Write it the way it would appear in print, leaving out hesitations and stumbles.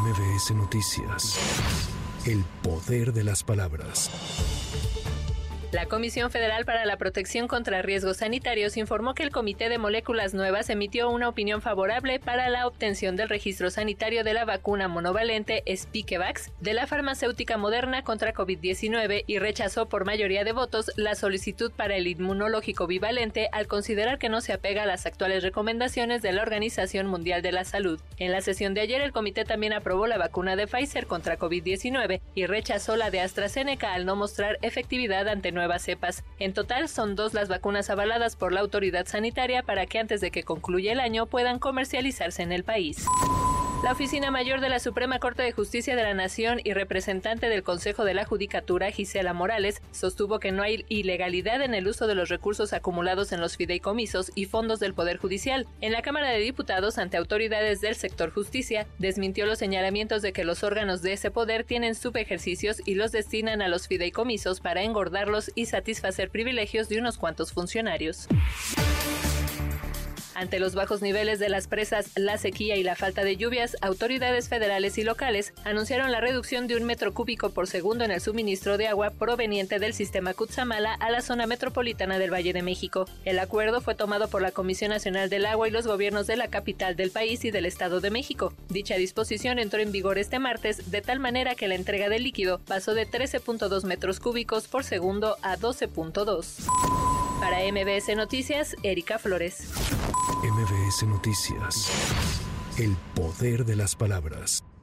MBS Noticias. El poder de las palabras. La Comisión Federal para la Protección contra Riesgos Sanitarios informó que el Comité de Moléculas Nuevas emitió una opinión favorable para la obtención del registro sanitario de la vacuna monovalente Spikevax de la farmacéutica Moderna contra COVID-19 y rechazó por mayoría de votos la solicitud para el inmunológico bivalente al considerar que no se apega a las actuales recomendaciones de la Organización Mundial de la Salud. En la sesión de ayer, el comité también aprobó la vacuna de Pfizer contra COVID-19 y rechazó la de AstraZeneca al no mostrar efectividad ante nuevas cepas. En total, son 2 las vacunas avaladas por la autoridad sanitaria para que antes de que concluya el año puedan comercializarse en el país. La Oficina Mayor de la Suprema Corte de Justicia de la Nación y representante del Consejo de la Judicatura, Gisela Morales, sostuvo que no hay ilegalidad en el uso de los recursos acumulados en los fideicomisos y fondos del Poder Judicial. En la Cámara de Diputados, ante autoridades del sector justicia, desmintió los señalamientos de que los órganos de ese poder tienen subejercicios y los destinan a los fideicomisos para engordarlos y satisfacer privilegios de unos cuantos funcionarios. Ante los bajos niveles de las presas, la sequía y la falta de lluvias, autoridades federales y locales anunciaron la reducción de 1 metro cúbico por segundo en el suministro de agua proveniente del sistema Cutzamala a la zona metropolitana del Valle de México. El acuerdo fue tomado por la Comisión Nacional del Agua y los gobiernos de la capital del país y del Estado de México. Dicha disposición entró en vigor este martes, de tal manera que la entrega del líquido pasó de 13.2 metros cúbicos por segundo a 12.2. Para MBS Noticias, Erika Flores. MBS Noticias. El poder de las palabras.